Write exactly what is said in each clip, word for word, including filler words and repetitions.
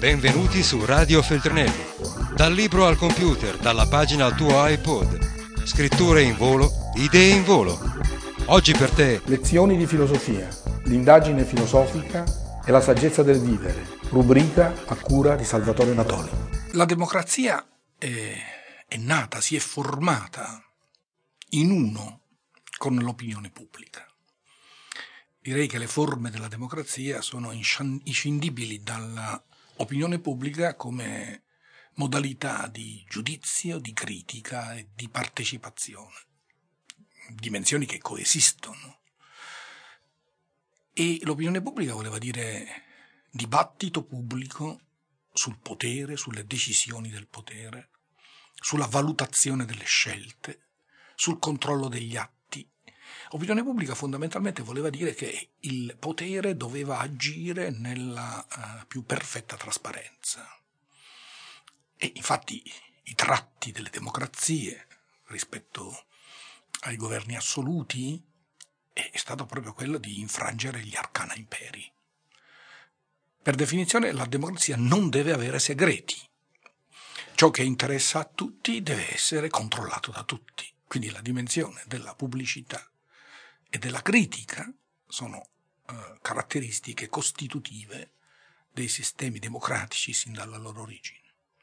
Benvenuti su Radio Feltrinelli. Dal libro al computer, dalla pagina al tuo iPod. Scritture in volo, idee in volo. Oggi per te Lezioni di filosofia, l'indagine filosofica e la saggezza del vivere. Rubrica a cura di Salvatore Natoli. La democrazia è, è nata, si è formata in uno con l'opinione pubblica. Direi che le forme della democrazia sono inscindibili dalla opinione pubblica come modalità di giudizio, di critica e di partecipazione, dimensioni che coesistono. E l'opinione pubblica voleva dire dibattito pubblico sul potere, sulle decisioni del potere, sulla valutazione delle scelte, sul controllo degli atti. Opinione pubblica fondamentalmente voleva dire che il potere doveva agire nella uh, più perfetta trasparenza. E infatti i tratti delle democrazie rispetto ai governi assoluti è stato proprio quello di infrangere gli arcana imperi. Per definizione la democrazia non deve avere segreti. Ciò che interessa a tutti deve essere controllato da tutti. Quindi la dimensione della pubblicità e della critica sono eh, caratteristiche costitutive dei sistemi democratici sin dalla loro origine.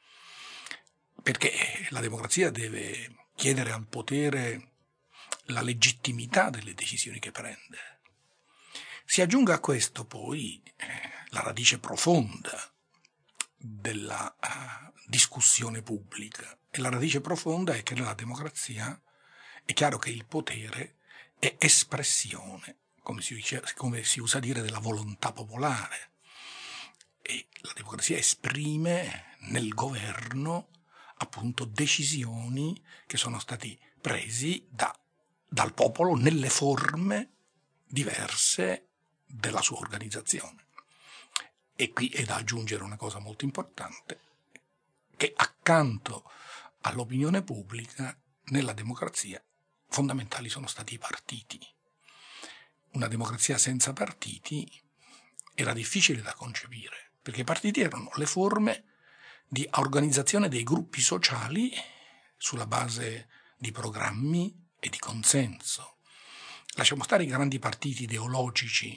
Perché la democrazia deve chiedere al potere la legittimità delle decisioni che prende. Si aggiunga a questo poi eh, la radice profonda della uh, discussione pubblica. E la radice profonda è che nella democrazia è chiaro che il potere è espressione, come si, dice, come si usa dire, della volontà popolare. E la democrazia esprime nel governo appunto decisioni che sono stati presi da, dal popolo nelle forme diverse della sua organizzazione. E qui è da aggiungere una cosa molto importante, che accanto all'opinione pubblica nella democrazia fondamentali sono stati i partiti. Una democrazia senza partiti era difficile da concepire, perché i partiti erano le forme di organizzazione dei gruppi sociali sulla base di programmi e di consenso. Lasciamo stare i grandi partiti ideologici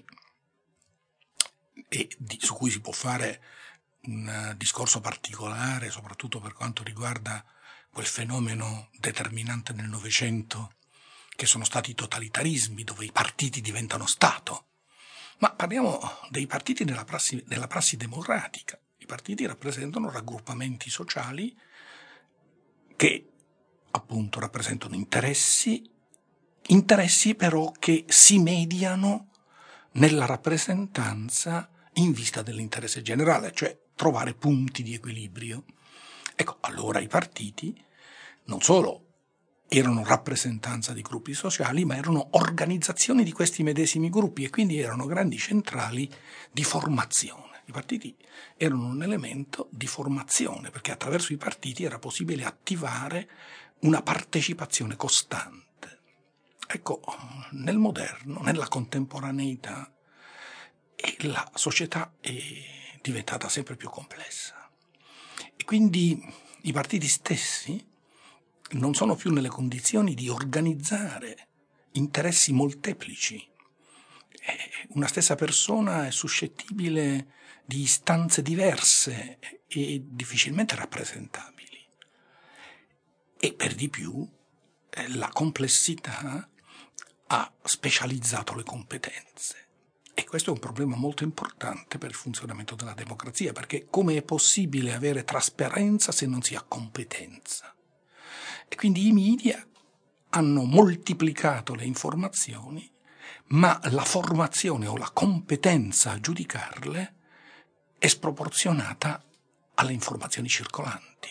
e di, su cui si può fare un discorso particolare, soprattutto per quanto riguarda quel fenomeno determinante nel Novecento che sono stati i totalitarismi, dove i partiti diventano Stato. Ma parliamo dei partiti nella prassi, nella prassi democratica. I partiti rappresentano raggruppamenti sociali che appunto rappresentano interessi, interessi però che si mediano nella rappresentanza in vista dell'interesse generale, cioè trovare punti di equilibrio. Ecco, allora i partiti non solo erano rappresentanza di gruppi sociali, ma erano organizzazioni di questi medesimi gruppi e quindi erano grandi centrali di formazione. I partiti erano un elemento di formazione, perché attraverso i partiti era possibile attivare una partecipazione costante. Ecco, nel moderno, nella contemporaneità, la società è diventata sempre più complessa. E quindi i partiti stessi non sono più nelle condizioni di organizzare interessi molteplici. Una stessa persona è suscettibile di istanze diverse e difficilmente rappresentabili. E per di più la complessità ha specializzato le competenze. E questo è un problema molto importante per il funzionamento della democrazia, perché come è possibile avere trasparenza se non si ha competenza? E quindi i media hanno moltiplicato le informazioni, ma la formazione o la competenza a giudicarle è sproporzionata alle informazioni circolanti.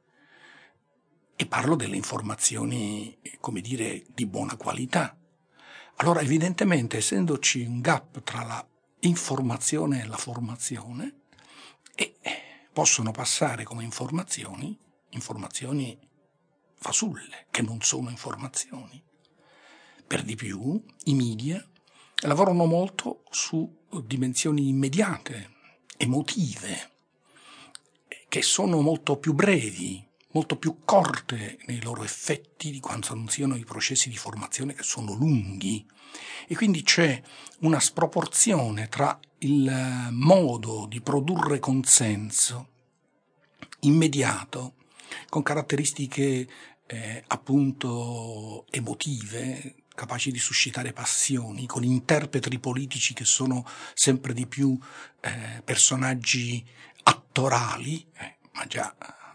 E parlo delle informazioni, come dire, di buona qualità. Allora, evidentemente, essendoci un gap tra la informazione e la formazione, e possono passare come informazioni, informazioni fasulle, che non sono informazioni. Per di più, i media lavorano molto su dimensioni immediate, emotive, che sono molto più brevi, molto più corte nei loro effetti di quanto non siano i processi di formazione che sono lunghi. E quindi c'è una sproporzione tra il modo di produrre consenso immediato, con caratteristiche eh, appunto emotive, capaci di suscitare passioni, con interpreti politici che sono sempre di più eh, personaggi attorali, eh, ma già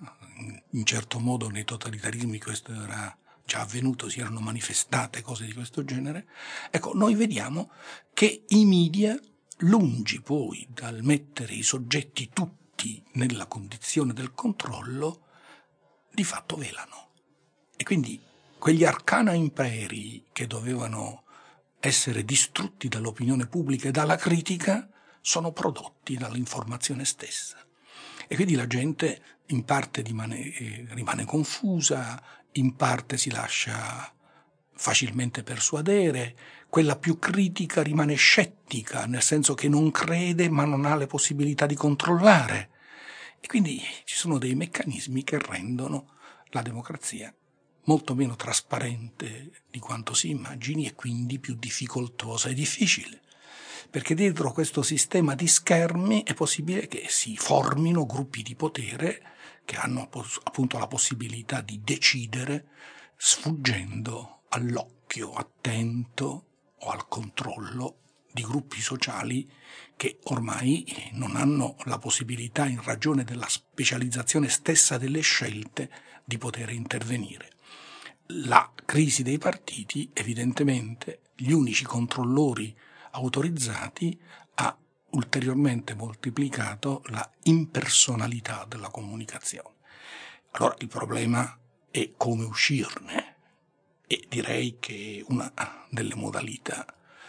in certo modo nei totalitarismi questo era già avvenuto, si erano manifestate cose di questo genere. Ecco, noi vediamo che i media, lungi poi dal mettere i soggetti tutti nella condizione del controllo, di fatto velano. E quindi quegli arcana imperi che dovevano essere distrutti dall'opinione pubblica e dalla critica sono prodotti dall'informazione stessa. E quindi la gente in parte rimane, eh, rimane confusa, in parte si lascia facilmente persuadere, quella più critica rimane scettica, nel senso che non crede ma non ha le possibilità di controllare. E quindi ci sono dei meccanismi che rendono la democrazia molto meno trasparente di quanto si immagini e quindi più difficoltosa e difficile. Perché dietro questo sistema di schermi è possibile che si formino gruppi di potere che hanno appunto la possibilità di decidere sfuggendo all'occhio attento o al controllo di gruppi sociali che ormai non hanno la possibilità, in ragione della specializzazione stessa delle scelte, di poter intervenire. La crisi dei partiti, evidentemente, gli unici controllori autorizzati, ha ulteriormente moltiplicato la impersonalità della comunicazione. Allora il problema è come uscirne, e direi che una delle modalità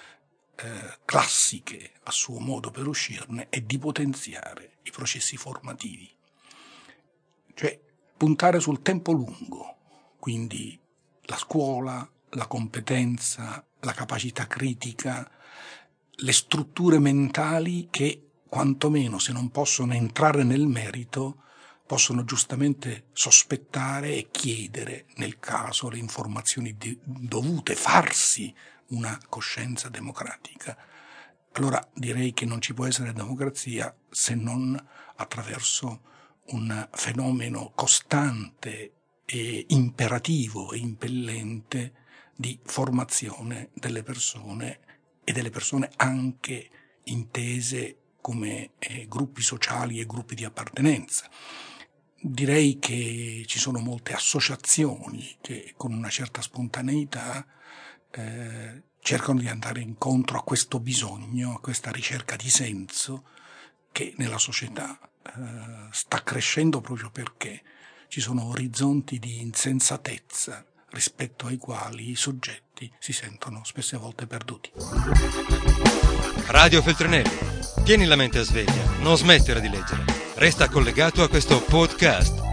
eh, classiche a suo modo per uscirne è di potenziare i processi formativi, cioè puntare sul tempo lungo, quindi la scuola, la competenza, la capacità critica, le strutture mentali che, quantomeno se non possono entrare nel merito, possono giustamente sospettare e chiedere, nel caso, le informazioni dovute, farsi una coscienza democratica. Allora direi che non ci può essere democrazia se non attraverso un fenomeno costante e imperativo e impellente di formazione delle persone, e delle persone anche intese come eh, gruppi sociali e gruppi di appartenenza. Direi che ci sono molte associazioni che con una certa spontaneità eh, cercano di andare incontro a questo bisogno, a questa ricerca di senso che nella società eh, sta crescendo proprio perché ci sono orizzonti di insensatezza rispetto ai quali i soggetti si sentono spesse volte perduti. Radio Feltrinelli, tieni la mente a sveglia, non smettere di leggere. Resta collegato a questo podcast.